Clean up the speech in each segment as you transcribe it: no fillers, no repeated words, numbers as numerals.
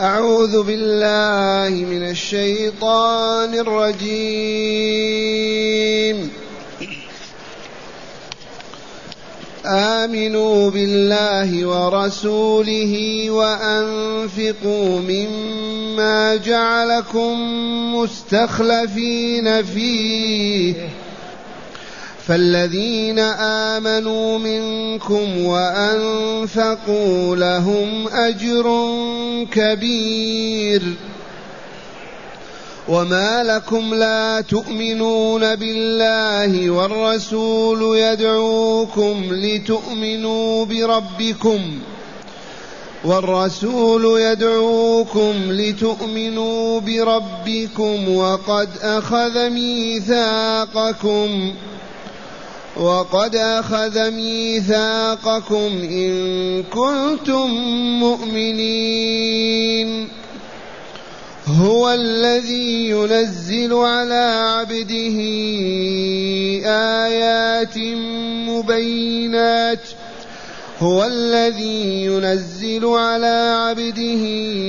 أعوذ بالله من الشيطان الرجيم. آمنوا بالله ورسوله وأنفقوا مما جعلكم مستخلفين فيه، فالذين آمنوا منكم وأنفقوا لهم أجر كبير. وما لكم لا تؤمنون بالله والرسول يدعوكم لتؤمنوا بربكم وقد أخذ ميثاقكم إن كنتم مؤمنين. هو الذي ينزل على عبده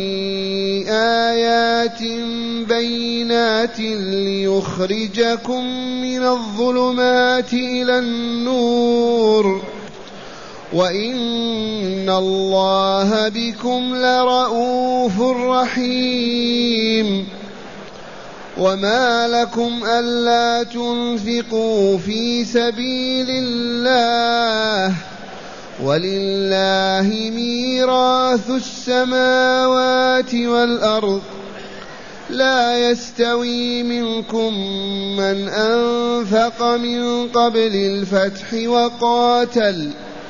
آيات بينات ليخرجكم من الظلمات إلى النور، وإن الله بكم لرءوف رحيم. وما لكم ألا تنفقوا في سبيل الله ولله ميراث السماوات والأرض، لا يستوي منكم من أنفق من قبل الفتح وقاتل،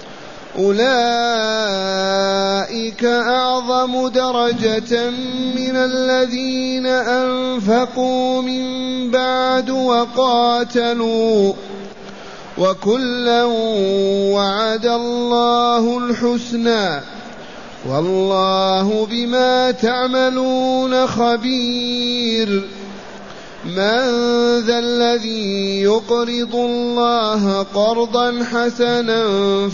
أولئك أعظم درجة من الذين أنفقوا من بعد وقاتلوا، وكلا وعد الله الحسنى، والله بما تعملون خبير. من ذا الذي يقرض الله قرضا حسنا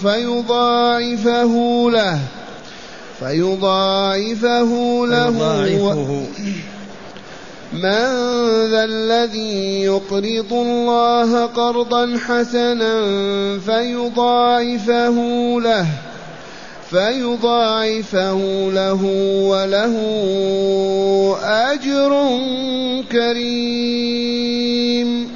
فيضاعفه له وله أجر كريم.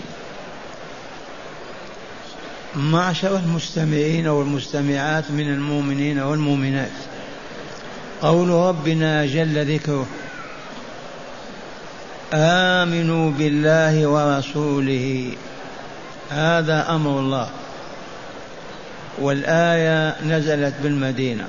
معشر المستمعين والمستمعات من المؤمنين والمؤمنات، قول ربنا جل ذكره: آمنوا بالله ورسوله، هذا أمر الله. والآية نزلت بالمدينة،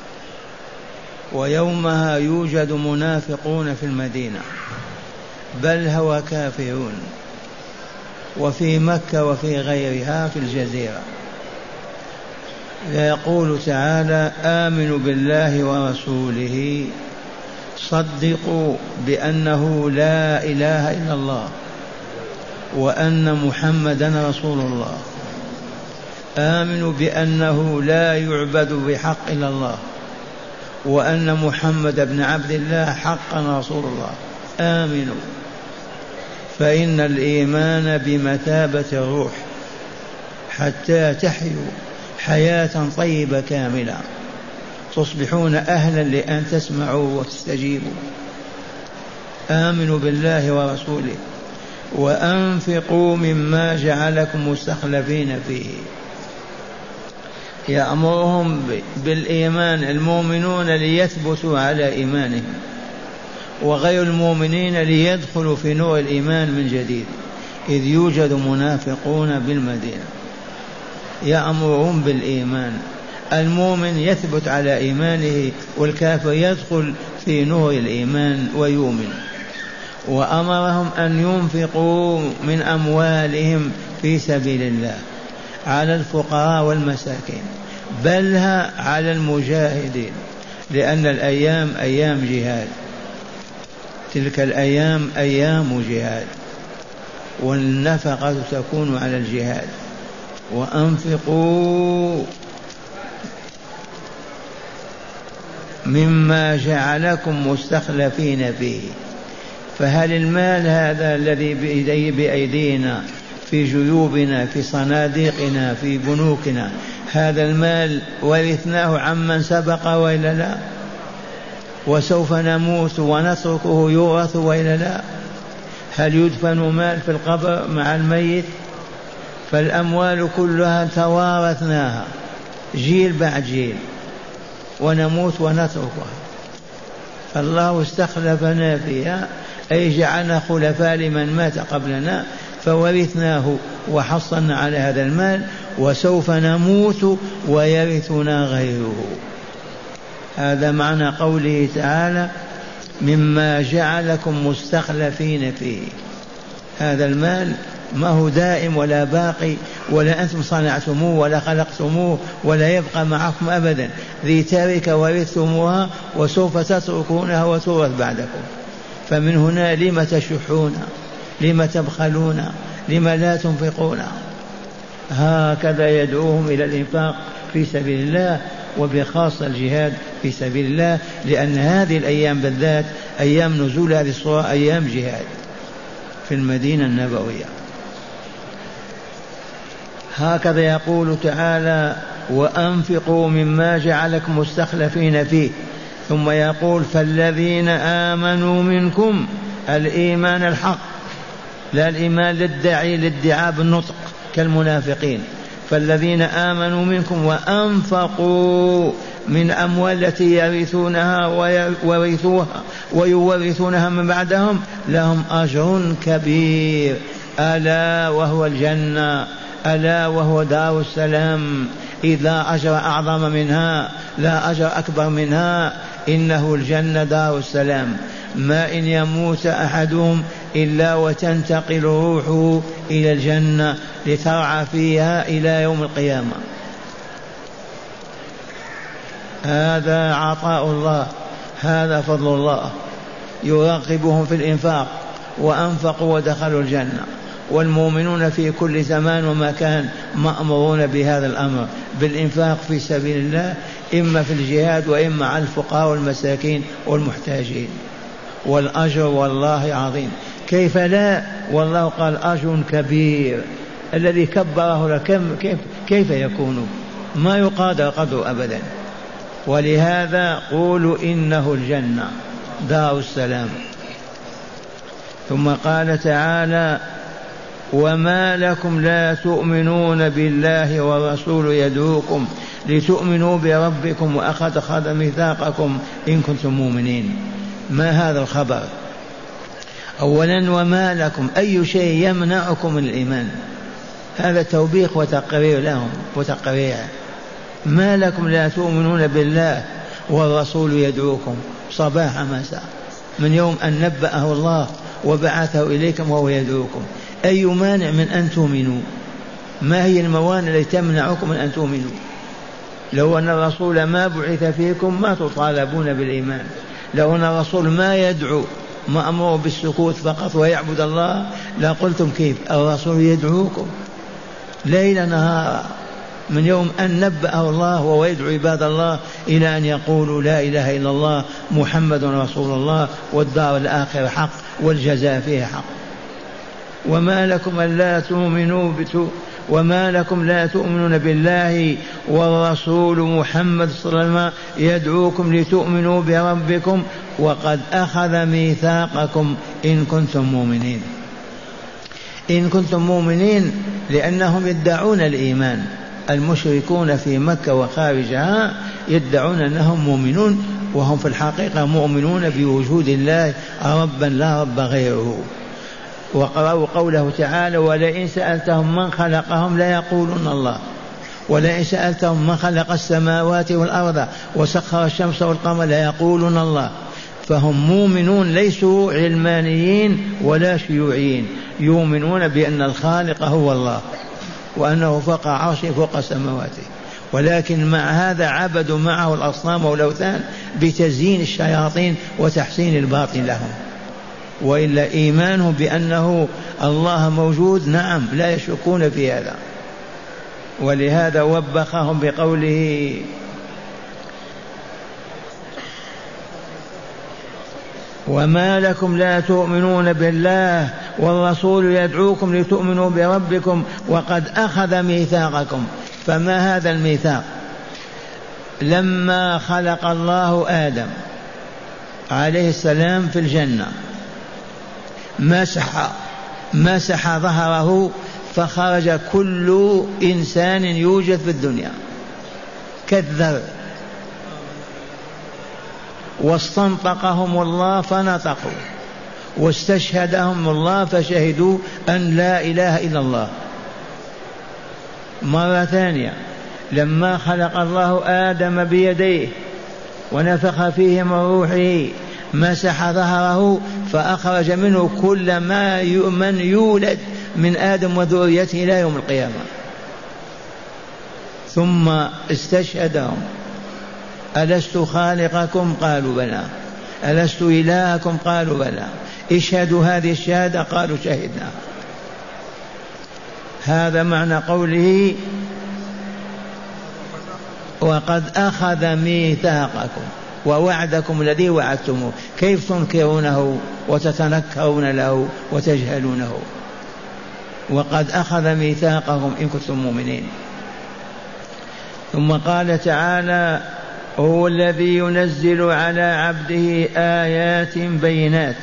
ويومها يوجد منافقون في المدينة، بل هو كافرون، وفي مكة وفي غيرها في الجزيرة. يقول تعالى: آمنوا بالله ورسوله، صدقوا بأنه لا إله إلا الله وأن محمدا رسول الله، آمنوا بأنه لا يعبد بحق إلا الله وأن محمد بن عبد الله حقا رسول الله. آمنوا، فإن الإيمان بمثابة الروح حتى تحيوا حياة طيبة كاملة، تصبحون أهلا لأن تسمعوا وتستجيبوا. آمنوا بالله ورسوله وأنفقوا مما جعلكم مستخلفين فيه. يأمرهم بالإيمان المؤمنون ليثبتوا على إيمانهم، وغير المؤمنين ليدخلوا في نور الإيمان من جديد، إذ يوجد منافقون بالمدينة. يأمرهم بالإيمان، المؤمن يثبت على إيمانه والكافر يدخل في نور الإيمان ويؤمن. وأمرهم أن ينفقوا من أموالهم في سبيل الله على الفقراء والمساكين، بل على المجاهدين، لأن الأيام أيام جهاد، تلك الأيام أيام جهاد، والنفقة تكون على الجهاد. وأنفقوا مما جعلكم مستخلفين فيه. فهل المال هذا الذي بأيدينا في جيوبنا في صناديقنا في بنوكنا، هذا المال ورثناه عمن سبق وإلا لا؟ وسوف نموت ونتركه يورث وإلا لا؟ هل يدفن مال في القبر مع الميت؟ فالأموال كلها توارثناها جيل بعد جيل ونموت ونتركها. فالله استخلفنا فيها، أي جعلنا خلفاء لمن مات قبلنا فورثناه وحصلنا على هذا المال، وسوف نموت ويرثنا غيره. هذا معنى قوله تعالى مما جعلكم مستخلفين فيه. هذا المال ما هو دائم ولا باقي، ولا أنتم صنعتموه ولا خلقتموه ولا يبقى معكم أبدا، ذي تركة ورثتموها وسوف تتركونها وتورث بعدكم. فمن هنا لم تشحون، لم تبخلون، لم لا تنفقون. هكذا يدعوهم إلى الإنفاق في سبيل الله، وبخاصة الجهاد في سبيل الله، لأن هذه الأيام بالذات أيام نزول هذه الصورة أيام جهاد في المدينة النبوية. هكذا يقول تعالى وأنفقوا مما جعلكم مستخلفين فيه. ثم يقول فالذين آمنوا منكم، الإيمان الحق لا الإيمان للادعاء بالنطق كالمنافقين. فالذين آمنوا منكم وأنفقوا من أموال التي يرثونها ويورثونها من بعدهم لهم أجر كبير، ألا وهو الجنة، ألا وهو دار السلام. إذا أجر أعظم منها لا أجر أكبر منها، إنه الجنة دار السلام. ما إن يموت أحدهم إلا وتنتقل روحه إلى الجنة لترعى فيها إلى يوم القيامة. هذا عطاء الله، هذا فضل الله، يرغبهم في الإنفاق وأنفقوا ودخلوا الجنة. والمؤمنون في كل زمان ومكان مأمورون بهذا الأمر، بالإنفاق في سبيل الله، إما في الجهاد وإما على الفقراء والمساكين والمحتاجين. والأجر والله عظيم، كيف لا؟ والله قال أجر كبير، الذي كبره كيف يكون؟ ما يقادر قدره أبدا. ولهذا قولوا إنه الجنة دار السلام. ثم قال تعالى وما لكم لا تؤمنون بالله والرسول يدعوكم لتؤمنوا بربكم وأخذ ميثاقكم إن كنتم مؤمنين. ما هذا الخبر؟ أولا وما لكم، أي شيء يمنعكم من الإيمان؟ هذا توبيخ وتقرير لهم وتقرير. ما لكم لا تؤمنون بالله والرسول يدعوكم صباح مساء، من يوم أن نبأه الله وبعثه إليكم وهو يدعوكم. أي مانع من أن تؤمنوا؟ ما هي الموانع التي تمنعكم من أن تؤمنوا؟ لو أن الرسول ما بعث فيكم ما تطالبون بالإيمان. لو أن الرسول ما يدعو، مأمور بالسكوت فقط ويعبد الله، لا قلتم كيف الرسول يدعوكم ليل نهار، من يوم أن نبأه الله وهو يدعو عباد الله إلى أن يقولوا لا إله إلا الله محمد رسول الله والدار الآخرة حق والجزاء فيها حق. وما لكم لا تؤمنوا وما لكم لا تؤمنون بالله والرسول محمد صلى الله عليه وسلم يدعوكم لتؤمنوا بربكم وقد أخذ ميثاقكم إن كنتم مؤمنين. إن كنتم مؤمنين لأنهم يدعون الإيمان. المشركون في مكة وخارجها يدعون أنهم مؤمنون وهم في الحقيقة مؤمنون بوجود الله ربا لا رب غيره. وقرأوا قوله تعالى ولئن سألتهم من خلقهم ليقولون الله، ولئن سألتهم من خلق السماوات والأرض وسخر الشمس والقمر ليقولون الله. فهم مؤمنون، ليسوا علمانيين ولا شيوعيين، يؤمنون بأن الخالق هو الله وأنه فوق عرشه فوق سماواته، ولكن مع هذا عبدوا معه الأصنام والأوثان بتزيين الشياطين وتحسين الباطل لهم. وإلا إيمانه بأنه الله موجود نعم لا يشكون في هذا. ولهذا وبخهم بقوله وما لكم لا تؤمنون بالله والرسول يدعوكم لتؤمنوا بربكم وقد أخذ ميثاقكم. فما هذا الميثاق؟ لما خلق الله آدم عليه السلام في الجنة مسح ظهره فخرج كل إنسان يوجد في الدنيا كالذر، واستنطقهم الله فنطقوا، واستشهدهم الله فشهدوا أن لا إله إلا الله. مرة ثانية لما خلق الله آدم بيديه ونفخ فيه من روحه مسح ظهره فأخرج منه كل من يولد من آدم وذريته إلى يوم القيامة. ثم استشهدهم ألست خالقكم قالوا بلى، ألست إلهكم قالوا بلى، اشهدوا هذه الشهادة قالوا شهدنا. هذا معنى قوله وقد أخذ ميثاقكم ووعدكم الذي وعدتموه. كيف تنكرونه وتتنكرون له وتجهلونه؟ وقد أخذ ميثاقكم إن كنتم مؤمنين. ثم قال تعالى هو الذي ينزل على عبده آيات بينات.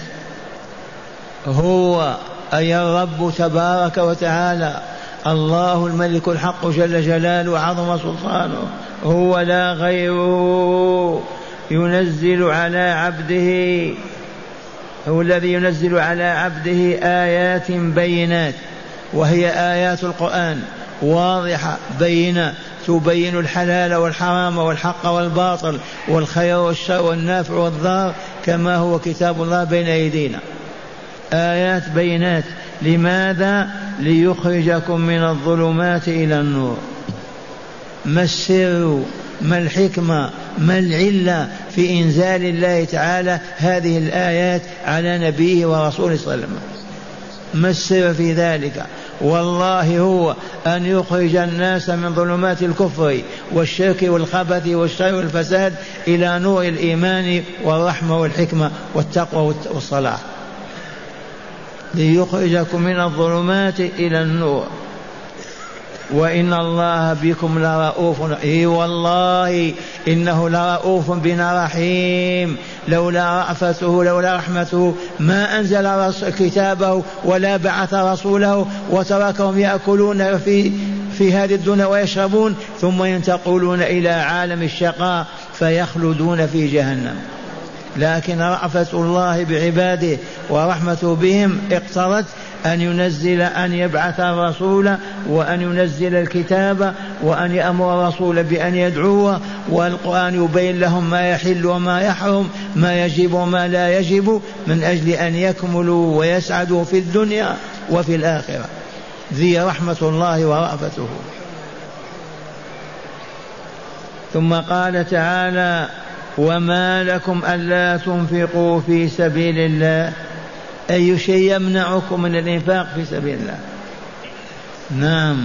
هو أي الرب تبارك وتعالى الله الملك الحق جل جلاله وعظم سلطانه، هو لا غيره ينزل على عبده، هو الذي ينزل على عبده آيات بينات، وهي آيات القرآن واضحة بينة تبين الحلال والحرام والحق والباطل والخير والشر والنافع والضار كما هو كتاب الله بين أيدينا. آيات بينات. لماذا؟ ليخرجكم من الظلمات إلى النور. ما السر؟ ما الحكمة؟ ما العلة في إنزال الله تعالى هذه الآيات على نبيه ورسوله صلى الله عليه وسلم؟ ما السر في ذلك؟ والله هو أن يخرج الناس من ظلمات الكفر والشرك والخبث والشر والفساد إلى نور الإيمان والرحمة والحكمة والتقوى والصلاح. ليخرجكم من الظلمات إلى النور وإن الله بكم لرؤوف. والله إنه لرؤوف بنا رحيم. لولا رأفته لولا رحمته ما أنزل كتابه ولا بعث رسوله وتركهم يأكلون في هذه الدنيا ويشربون ثم ينتقلون إلى عالم الشقاء فيخلدون في جهنم. لكن رأفة الله بعباده ورحمته بهم اقتضت أن يبعث الرسول وأن ينزل الكتاب وأن يأمر الرسول بأن يدعوه، والقرآن يبين لهم ما يحل وما يحرم، ما يجب وما لا يجب، من أجل أن يكملوا ويسعدوا في الدنيا وفي الآخرة. ذي رحمة الله ورأفته. ثم قال تعالى وما لكم ألا تنفقوا في سبيل الله. أي شيء يمنعكم من الإنفاق في سبيل الله؟ نعم،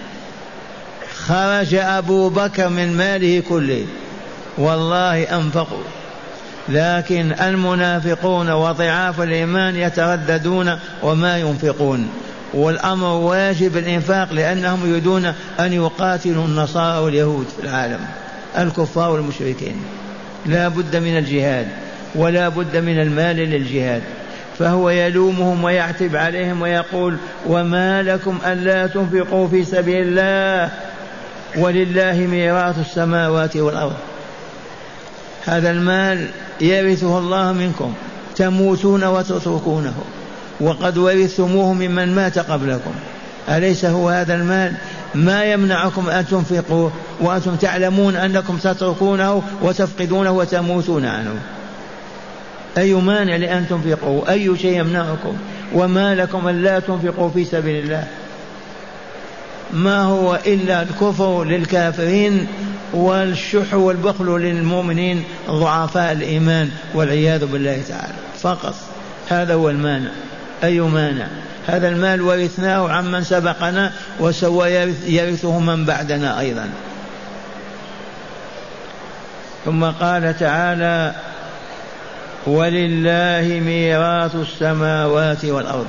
خرج أبو بكر من ماله كله والله أنفقوا، لكن المنافقون وضعاف الإيمان يترددون وما ينفقون، والأمر واجب الإنفاق لأنهم يريدون أن يقاتلوا النصارى واليهود في العالم الكفار والمشركين. لا بد من الجهاد ولا بد من المال للجهاد. فهو يلومهم ويعتب عليهم ويقول وما لكم ألا تنفقوا في سبيل الله ولله ميراث السماوات والأرض. هذا المال يرثه الله منكم، تموتون وتتركونه، وقد ورثتموه ممن مات قبلكم. أليس هو هذا المال؟ ما يمنعكم أن تنفقوه وأنتم تعلمون أنكم تتركونه وتفقدونه وتموتون عنه؟ أي مانع لأن تنفقوا؟ أي شيء يمنعكم؟ وما لكم ألا تنفقوا في سبيل الله؟ ما هو إلا الكفر للكافرين والشح والبخل للمؤمنين ضعفاء الإيمان والعياذ بالله تعالى فقط. هذا هو المانع. أي مانع؟ هذا المال ورثناه عمن سبقنا وسوى يرثه من بعدنا أيضا. ثم قال تعالى ولله ميراث السماوات والأرض،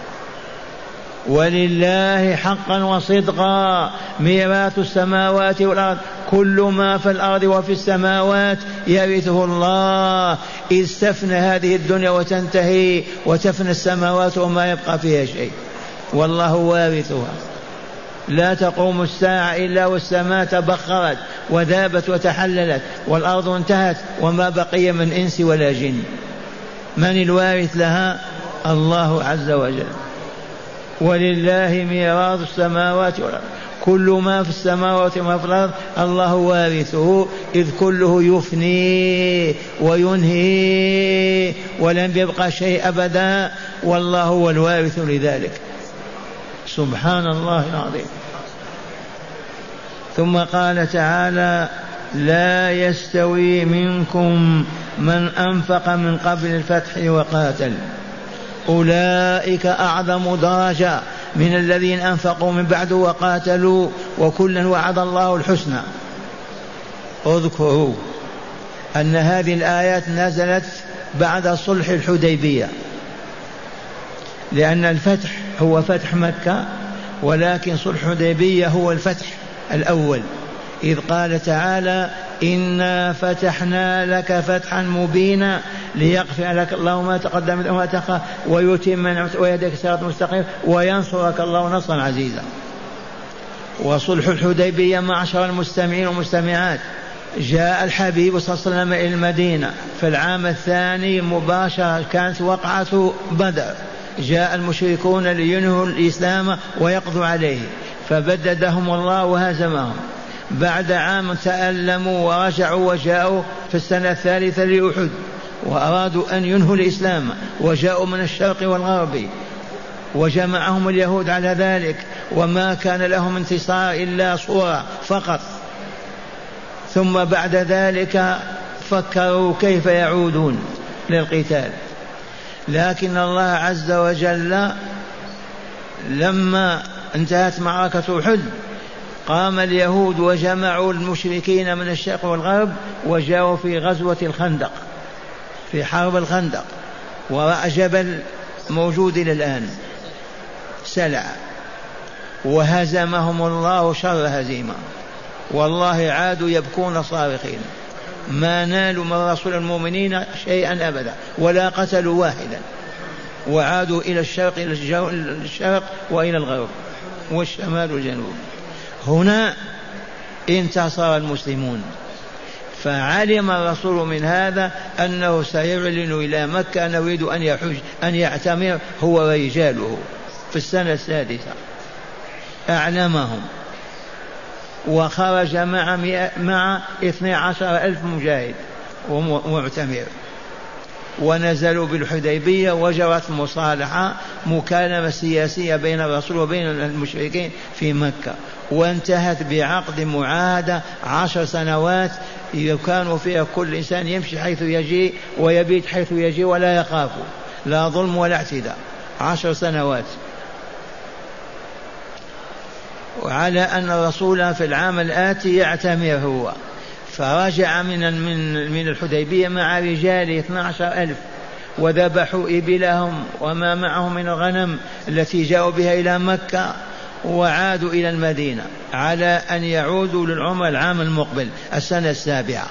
ولله حقا وصدقا ميراث السماوات والأرض، كل ما في الأرض وفي السماوات يرثه الله، إذ تفنى هذه الدنيا وتنتهي وتفنى السماوات وما يبقى فيها شيء، والله وارثها. لا تقوم الساعة إلا والسماء تبخرت وذابت وتحللت والأرض انتهت وما بقي من إنس ولا جن. من الوارث لها؟ الله عز وجل. ولله ميراث السماوات والأرض، كل ما في السماوات وما في الأرض الله وارثه، إذ كله يفني وينهي ولم يبقى شيء أبدا، والله هو الوارث لذلك. سبحان الله العظيم. ثم قال تعالى: لا يستوي منكم من أنفق من قبل الفتح وقاتل، أولئك أعظم درجة من الذين أنفقوا من بعد وقاتلوا، وكلا وعد الله الحسنى. اذكروا أن هذه الآيات نزلت بعد صلح الحديبية، لأن الفتح هو فتح مكة، ولكن صلح الحديبية هو الفتح الأول، إذ قال تعالى: إنا فتحنا لك فتحا مبينا ليغفر لك الله ما تقدم من وما تأخر ويتم نعمته ويهديك صراطا مستقيما وينصرك الله نصرا عزيزا. وصلح الحديبية معشر المستمعين والمستمعات، جاء الحبيب صلى الله عليه وسلم إلى المدينة في العام الثاني مباشرة، كانت وقعة بدر، جاء المشركون لينهوا الإسلام ويقضوا عليه، فبددهم الله وهزمهم. بعد عام تألموا ورجعوا وجاءوا في السنة الثالثة لأحد وأرادوا أن ينهوا الإسلام، وجاءوا من الشرق والغرب وجمعهم اليهود على ذلك، وما كان لهم انتصار إلا صورة فقط. ثم بعد ذلك فكروا كيف يعودون للقتال، لكن الله عز وجل لما انتهت معركة أحد قام اليهود وجمعوا المشركين من الشرق والغرب وجاءوا في غزوة الخندق، في حرب الخندق، وراء جبل موجود إلى الآن سلع، وهزمهم الله شر هزيمة، والله عادوا يبكون صارخين، ما نالوا من رسول المؤمنين شيئا أبدا ولا قتلوا واحدا، وعادوا إلى الشرق وإلى الغرب والشمال والجنوب. هنا انتصر المسلمون، فعلم الرسول من هذا أنه سيعلن إلى مكة أنه يريد أن يحج أن يعتمر هو ورجاله في السنة السادسة، أعلمهم، وخرج مع 12,000 مجاهد ومعتمر، ونزلوا بالحديبية وجرت مصالحة مكالمة سياسية بين الرسول وبين المشركين في مكة، وانتهت بعقد معاهدة 10 سنوات كانوا فيها كل إنسان يمشي حيث يجي ويبيت حيث يجي ولا يخاف لا ظلم ولا اعتداء. 10 سنوات. وعلى أن الرسول في العام الآتي يعتمر هو، فرجع من الحديبية مع رجال 12,000 وذبحوا إبلهم وما معهم من الغنم التي جاءوا بها إلى مكة، وعادوا إلى المدينة على أن يعودوا للعمرة العام المقبل السنة السابعة.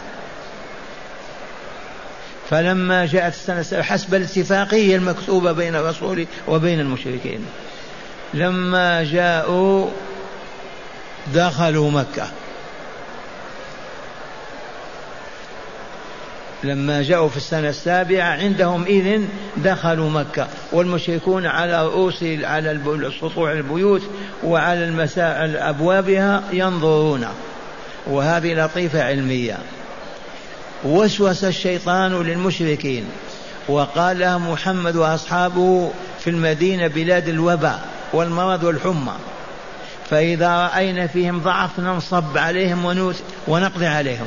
فلما جاءت السنة السابعة حسب الاتفاقية المكتوبة بين الرسول وبين المشركين، لما جاءوا دخلوا مكة، لما جاءوا في السنة السابعة عندهم إذن دخلوا مكة، والمشركون على رؤوس على سطوع البيوت وعلى أبوابها ينظرون. وهذه لطيفة علمية. وسوس الشيطان للمشركين وقال لهم محمد وأصحابه في المدينة بلاد الوباء والمرض والحمى، فإذا رأينا فيهم ضعف ننصب عليهم ونقضي عليهم.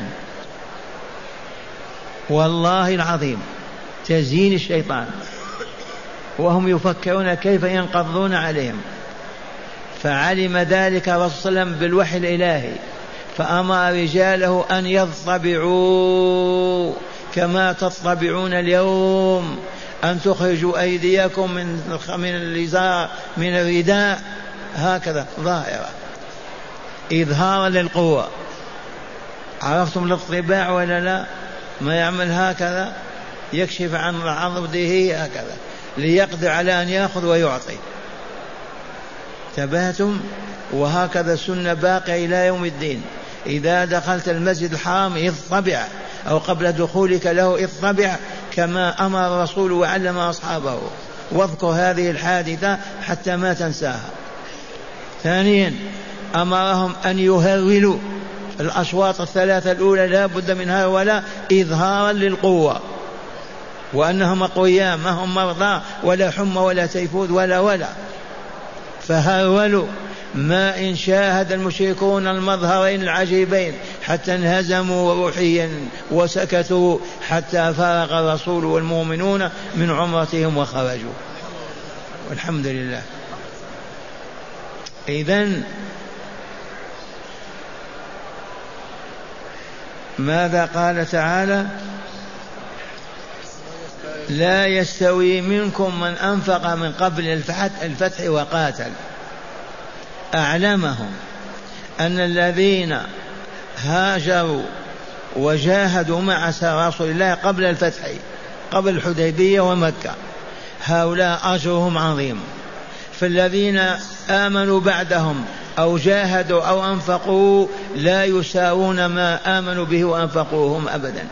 والله العظيم تزيين الشيطان، وهم يفكرون كيف ينقضون عليهم. فعلم ذلك الرسول صلى الله عليه وسلم بالوحي الإلهي، فأمر رجاله أن يضطبعوا كما تطبعون اليوم أن تخرجوا أيديكم من الإزار من الرداء، هكذا ظاهرة إظهارا للقوة. عرفتم الاطباع ولا لا؟ ما يعمل هكذا يكشف عن عضده هكذا ليقدر على أن يأخذ ويعطي. تبهتم؟ وهكذا السنة باقية إلى يوم الدين. إذا دخلت المسجد الحرام اطبع، أو قبل دخولك له اطبع كما أمر الرسول وعلم أصحابه، واذكر هذه الحادثة حتى ما تنساها. ثانيا أمرهم أن يهرولوا الأشواط الثلاثة الأولى، لا بد من هرولة إظهارا للقوة، وأنهم أقوياء ما هم مرضى ولا حمى ولا تيفود ولا فهرولوا. ما إن شاهد المشركون المظهرين العجيبين حتى انهزموا روحيا وسكتوا حتى فرغ الرسول والمؤمنون من عمرتهم وخرجوا، والحمد لله. إذن ماذا قال تعالى؟ لا يستوي منكم من أنفق من قبل الفتح وقاتل. أعلمهم أن الذين هاجروا وجاهدوا مع رسول الله قبل الفتح، قبل الحديبية ومكة، هؤلاء أجرهم عظيم. فالذين آمنوا بعدهم أو جاهدوا أو أنفقوا لا يساوون ما آمنوا به وأنفقوهم أبدا.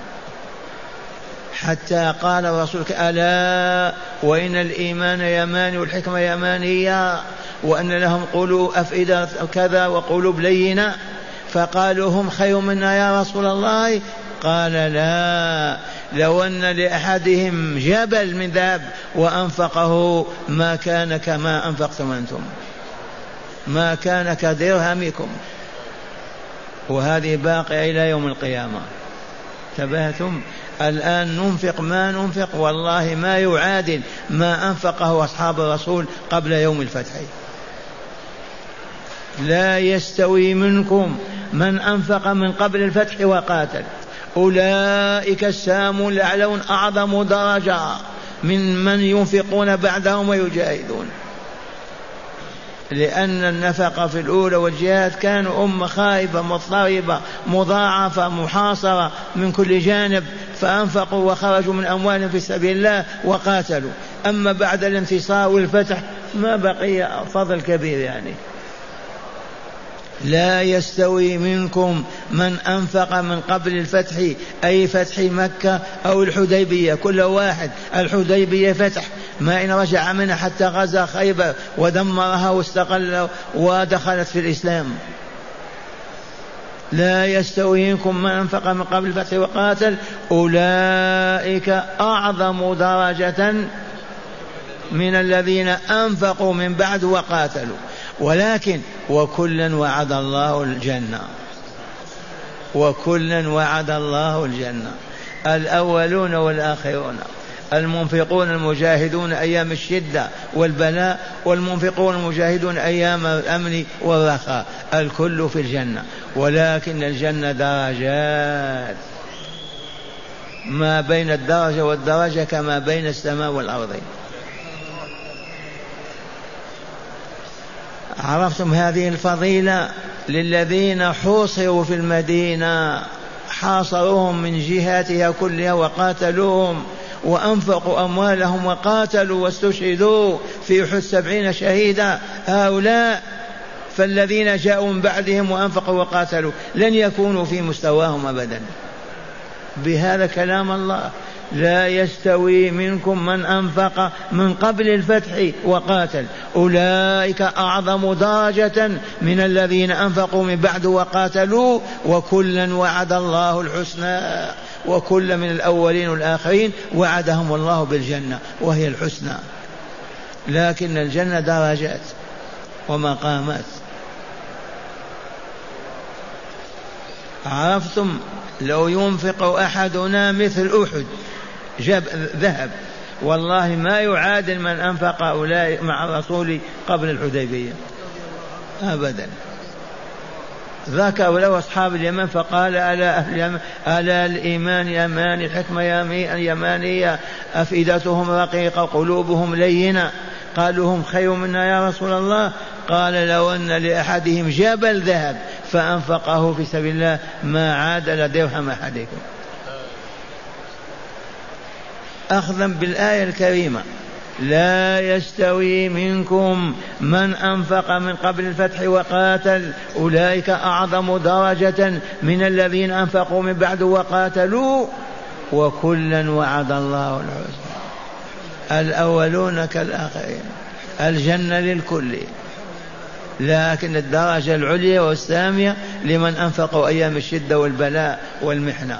حتى قال الرسول: ألا وإن الإيمان يمان والحكمة يمانية، وأن لهم قلوب أفئدة كذا وقلوب لينة. فقالوا: هم خير منا يا رسول الله؟ قال: لا، لو أن لأحدهم جبل من ذهب وأنفقه ما كان كما أنفقتم أنتم، ما كان كدرهمكم. وهذه باقية إلى يوم القيامة. تبهتم؟ الآن ننفق ما ننفق والله ما يعادل ما أنفقه أصحاب الرسول قبل يوم الفتح. لا يستوي منكم من أنفق من قبل الفتح وقاتل، أولئك السامون الأعلون أعظم درجة من ينفقون بعدهم ويجاهدون. لأن النفقة في الأولى والجهاد كانوا أمة خائبة مضطربة مضاعفة محاصرة من كل جانب، فأنفقوا وخرجوا من أموالهم في سبيل الله وقاتلوا. أما بعد الانتصار والفتح ما بقي فضل كبير يعني. لا يستوي منكم من أنفق من قبل الفتح، أي فتح مكة أو الحديبية، كل واحد. الحديبية فتح، ما إن رجع منها حتى غزا خيبر ودمرها واستقل ودخلت في الإسلام. لا يستوي منكم من أنفق من قبل الفتح وقاتل، أولئك أعظم درجة من الذين أنفقوا من بعد وقاتلوا. ولكن وكلا وعد الله الجنة، وكلا وعد الله الجنة. الأولون والآخرون، المنفقون المجاهدون أيام الشدة والبلاء، والمنفقون المجاهدون أيام الأمن والرخاء، الكل في الجنة. ولكن الجنة درجات، ما بين الدرجة والدرجة كما بين السماء والأرض. عرفتم هذه الفضيلة للذين حوصروا في المدينة، حاصروهم من جهاتها كلها وقاتلوهم وأنفقوا أموالهم وقاتلوا واستشهدوا في أحد 70 شهيدا. هؤلاء فالذين جاءوا من بعدهم وأنفقوا وقاتلوا لن يكونوا في مستواهم أبدا. بهذا كلام الله: لا يستوي منكم من أنفق من قبل الفتح وقاتل، أولئك أعظم درجة من الذين أنفقوا من بعد وقاتلوا، وكلا وعد الله الحسنى. وكل من الأولين والآخرين وعدهم الله بالجنة وهي الحسنى. لكن الجنة درجات ومقامات. عرفتم؟ لو ينفق أحدنا مثل أحد ذهب والله ما يعادل من أنفق أولئك مع الرسول قبل الحديبية أبدا. ذكروا له أصحاب اليمن فقال ألا أهل اليمن ألا الإيمان يمان الحكمة يمانية أفئدتهم رقيقة قلوبهم لينة. قالوا هم خير منا يا رسول الله. قال لو أن لأحدهم جبل ذهب فأنفقه في سبيل الله ما عادل درهم أحدكم. أخذا بالآية الكريمة لا يستوي منكم من أنفق من قبل الفتح وقاتل أولئك أعظم درجة من الذين أنفقوا من بعد وقاتلوا وكلا وعد الله الحسنى. الأولون كالآخرين الجنة للكل، لكن الدرجة العليا والسامية لمن أنفقوا أيام الشدة والبلاء والمحنة.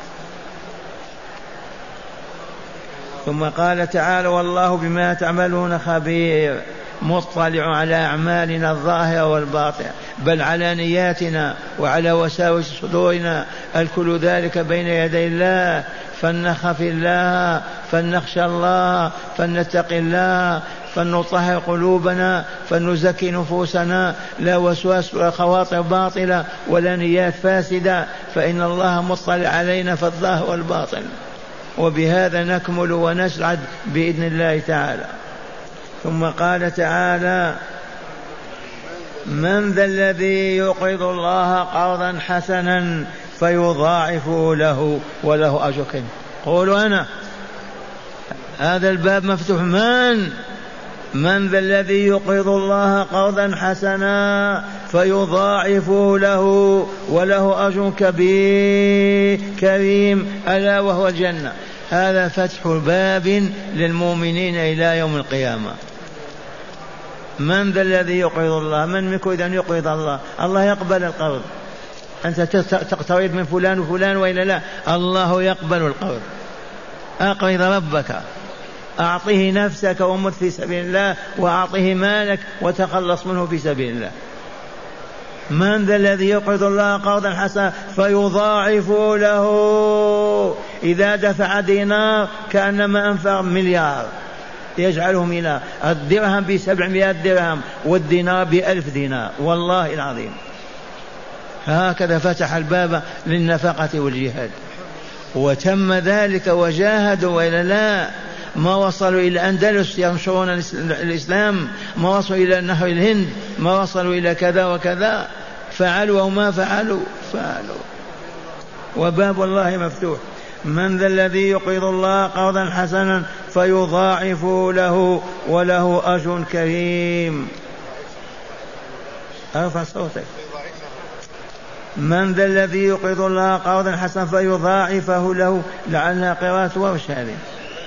ثم قال تعالى والله بما تعملون خبير مطلع على أعمالنا الظاهرة والباطنة بل على نياتنا وعلى وساوس صدورنا الكل ذلك بين يدي الله فلنخف الله فلنخشى الله فلنتقي الله فلنطهر قلوبنا فلنزكي نفوسنا لا وسواس ولا خواطر باطلة ولا نيات فاسدة فإن الله مطلع علينا في الظاهر والباطن. وبهذا نكمل ونسعد بإذن الله تعالى. ثم قال تعالى من ذا الذي يقرض الله قرضا حسنا فيضاعفه له وله أجر كريم. قولوا أنا هذا الباب مفتوح. من ذا الذي يقرض الله قرضا حسنا فيضاعفه له وله أجر كريم ألا وهو الجنة. هذا فتح باب للمؤمنين إلى يوم القيامة. من ذا الذي يقرض الله؟ من منكم إذا يقرض الله؟ الله يقبل القرض. أنت تقترض من فلان وفلان وإلا لا؟ الله يقبل القرض. أقرض ربك، أعطيه نفسك ومت في سبيل الله وأعطيه مالك وتخلص منه في سبيل الله. من ذا الذي يقرض الله قرضا حسنا فيضاعفه له. إذا دفع دينار كأنما أنفق مليار يجعله ميلار. الدرهم ب700 درهم والدينار ب1000 دينار والله العظيم. هكذا فتح الباب للنفقة والجهاد. وتم ذلك وجاهدوا وإلا لا؟ ما وصلوا إلى الأندلس ينشرون الإسلام، ما وصلوا إلى نهر الهند، ما وصلوا إلى كذا وكذا. فعلوا وما فعلوا وباب الله مفتوح. من ذا الذي يقرض الله قرضا حسنا فيضاعفه له وله أجر كريم. ارفع صوتك. من ذا الذي يقرض الله قرضا حسنا فيضاعفه له. لعلها قراءة ورش، هذه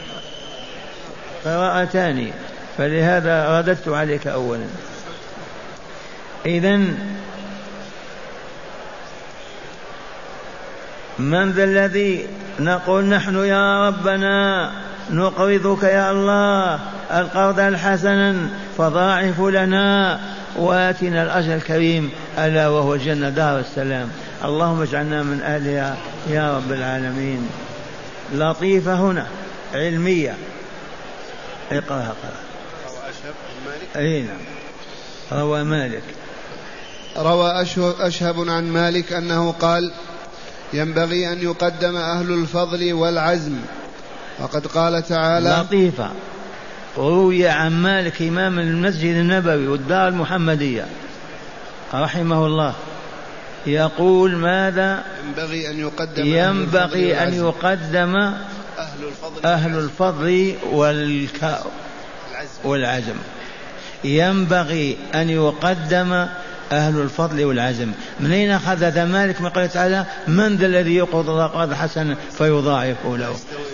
قراءتان فلهذا رددت عليك أولا. إذن من ذا الذي نقول نحن يا ربنا نقرضك يا الله القرض الحسنا فضاعف لنا وآتنا الأجر الكريم ألا وهو الجنة دار السلام. اللهم اجعلنا من أهلها يا رب العالمين. لطيفة هنا علمية. اقرأ. أين روى مالك؟ روى أشهب عن مالك أنه قال ينبغي أن يقدم أهل الفضل والعزم. وقد قال تعالى لطيفة. روي عن مالك إمام المسجد النبوي والدار المحمدية رحمه الله يقول ماذا؟ ينبغي أن يقدم أهل الفضل والعزم. ينبغي أن يقدم أهل الفضل والعزم. من أين أخذ ذا مالك؟ من قال تعالى من ذا الذي يقرض الله قرضا حسنا فيضاعفه له.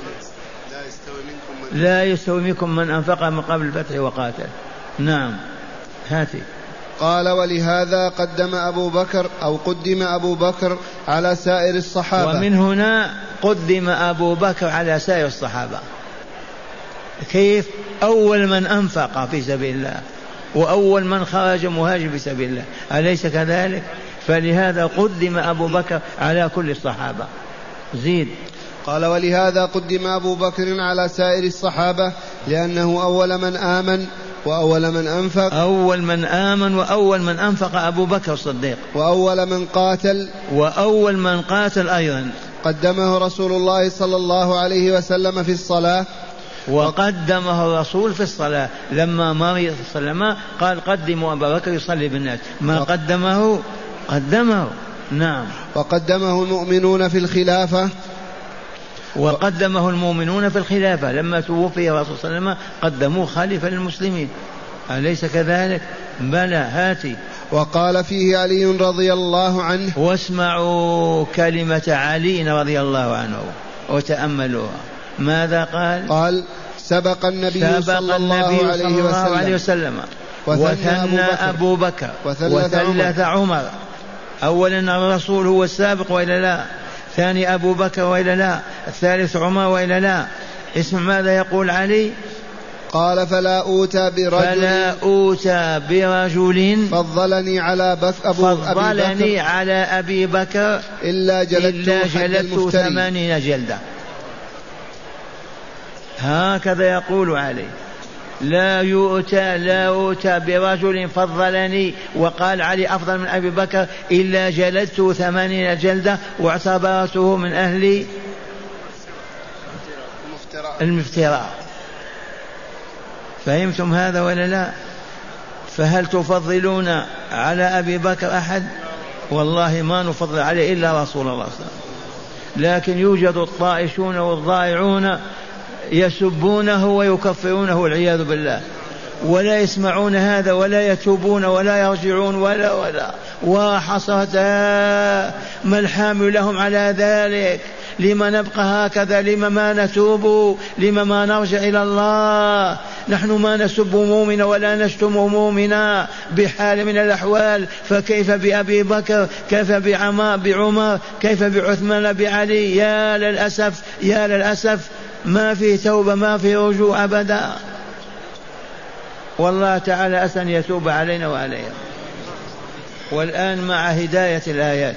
لا يستوي منكم من أنفق من قبل الفتح وقاتل. نعم هاتي. قال ولهذا قدم أبو بكر على سائر الصحابة. ومن هنا قدم أبو بكر على سائر الصحابة. كيف؟ أول من أنفق في سبيل الله وأول من خرج مهاجر في سبيل الله، أليس كذلك؟ فلهذا قدم أبو بكر على كل الصحابة. زيد. قال ولهذا قدم أبو بكر على سائر الصحابة لأنه أول من آمن وأول من أنفق أول من آمن وأول من أنفق أبو بكر الصديق، وأول من قاتل وأول من قاتل أيضا. قدمه رسول الله صلى الله عليه وسلم في الصلاة، وقدمه الرسول في الصلاة لما مرض صلى الله عليه وسلم قال قدموا أبا بكر يصلي بالناس، ما قدمه قدمه. نعم. وقدمه المؤمنون في الخلافة، وقدمه المؤمنون في الخلافة لما توفي الرسول صلى الله عليه وسلم قدموه خليفة للمسلمين، أليس كذلك؟ بلى، هاتي. وقال فيه علي رضي الله عنه، واسمعوا كلمة علي رضي الله عنه وتأملوها، ماذا قال؟ قال سبق النبي صلى الله عليه وسلم وثنى أبو بكر وثلث عمر. أولا الرسول هو السابق وإلا لا؟ ثاني أبو بكر وإلا لا؟ الثالث عمر وإلا لا؟ اسم ماذا يقول علي؟ قال فلا أوتى برجل فضلني على أبي بكر إلا جلدت 80 جلدة. هكذا يقول علي، لا يؤتى برجل فضلني وقال علي أفضل من أبي بكر إلا جلدت 80 جلدة واعتبرته من أهل المفتراء. فهمتم هذا ولا لا؟ فهل تفضلون على أبي بكر أحد؟ والله ما نفضل عليه إلا رسول الله صلى الله عليه وسلم. لكن يوجد الطائشون والضائعون يسبونه ويكفرونه والعياذ بالله، ولا يسمعون هذا ولا يتوبون ولا يرجعون ولا وحصرت ما الحامل لهم على ذلك؟ لما نبقى هكذا؟ لما ما نتوب؟ لما ما نرجع إلى الله؟ نحن ما نسب مؤمنا ولا نشتم مؤمنا بحال من الأحوال، فكيف بأبي بكر؟ كيف بعمر؟ كيف بعثمان بعلي؟ يا للأسف يا للأسف، ما في توبة ما في رجوع أبدا. والله تعالى أسأل يتوب علينا وعليهم. والآن مع هداية الآيات.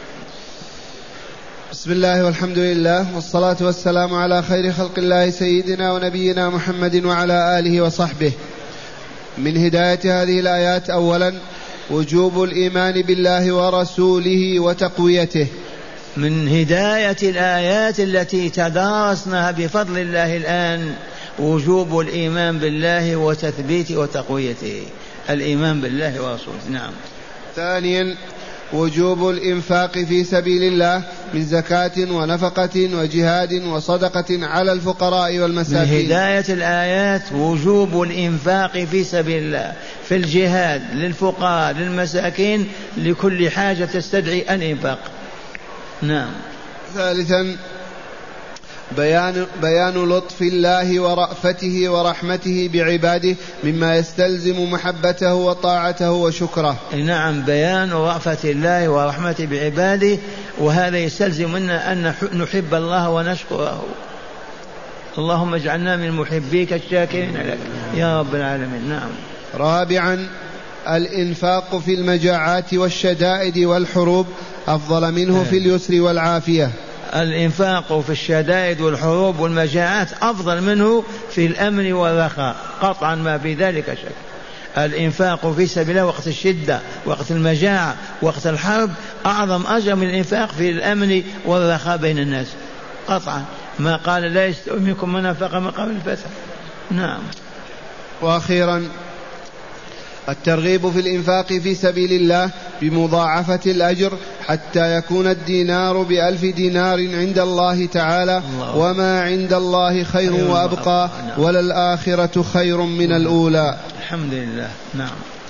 بسم الله والحمد لله والصلاة والسلام على خير خلق الله سيدنا ونبينا محمد وعلى آله وصحبه. من هداية هذه الآيات أولا وجوب الإيمان بالله ورسوله وتقويته. من هداية الآيات التي تدارسناها بفضل الله الآن وجوب الإيمان بالله وتثبيته وتقويته، الإيمان بالله ورسوله. نعم. ثانيا وجوب الإنفاق في سبيل الله من زكاة ونفقة وجهاد وصدقة على الفقراء والمساكين. من هداية الآيات وجوب الإنفاق في سبيل الله، في الجهاد، للفقراء للمساكين، لكل حاجة تستدعي الإنفاق. نعم. ثالثا بيان لطف الله ورأفته ورحمته بعباده مما يستلزم محبته وطاعته وشكره. نعم، بيان رأفة الله ورحمته بعباده، وهذا يستلزم منا أن نحب الله ونشكره. اللهم اجعلنا من محبيك الشاكرين لك يا رب العالمين. نعم. رابعا الإنفاق في المجاعات والشدائد والحروب أفضل منه في اليسر والعافية. الإنفاق في الشدائد والحروب والمجاعات أفضل منه في الأمن والرخاء، قطعا ما في ذلك شك. الإنفاق في سبيل الله وقت الشدة، وقت المجاعة، وقت الحرب أعظم أجر من الإنفاق في الأمن والرخاء بين الناس قطعا. ما قال لا يستوي منكم من أنفق من قبل الفتح. نعم. وأخيرا الترغيب في الإنفاق في سبيل الله بمضاعفة الأجر حتى يكون الدينار ب1000 دينار عند الله تعالى، وما عند الله خير وأبقى، وللآخرة خير من الأولى. الحمد لله. نعم.